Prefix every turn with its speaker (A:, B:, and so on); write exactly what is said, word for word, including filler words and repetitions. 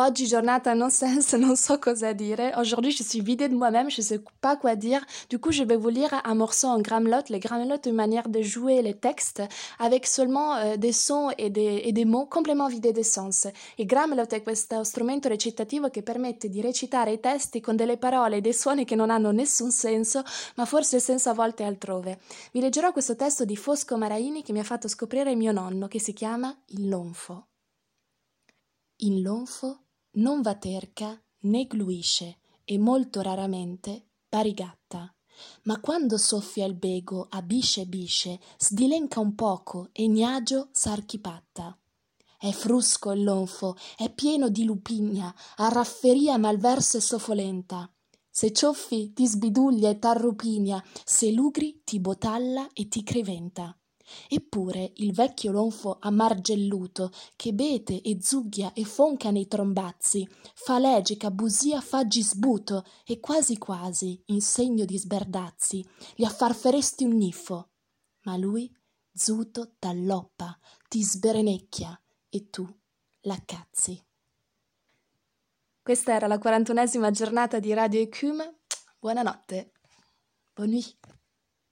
A: oggi giornata non sense, non so cosa dire. Aujourd'hui, je suis vidée de moi-même, je sais pas quoi dire. Du coup, je vais vous lire un morceau en gramlotte. Les gramlottes, une manière de jouer les textes avec seulement euh, des sons et des, et des mots complètement vidés de sens. Il gramlotte è questo strumento recitativo che permette di recitare i testi con delle parole e dei suoni che non hanno nessun senso, ma forse il senso a volte è altrove. Vi leggerò questo testo di Fosco Maraini che mi ha fatto scoprire mio nonno, che si chiama Il Lonfo. In lonfo non va terca né gluisce e molto raramente parigatta, ma quando soffia il bego a bisce bisce sdilenca un poco e gnagio s'archipatta. È frusco il lonfo, è pieno di lupigna, a rafferia malversa e soffolenta. Se cioffi ti sbiduglia e t'arrupigna, se lugri ti botalla e ti creventa. Eppure il vecchio lonfo ammargelluto, che bete e zughia e fonca nei trombazzi, fa legica busia fa gisbuto e quasi quasi, in segno di sberdazzi, gli affarferesti un niffo. Ma lui, zuto, t'alloppa, ti sberenecchia e tu l'accazzi. Questa era la quarantunesima giornata di Radio Ecume. Buonanotte. Bonne nuit.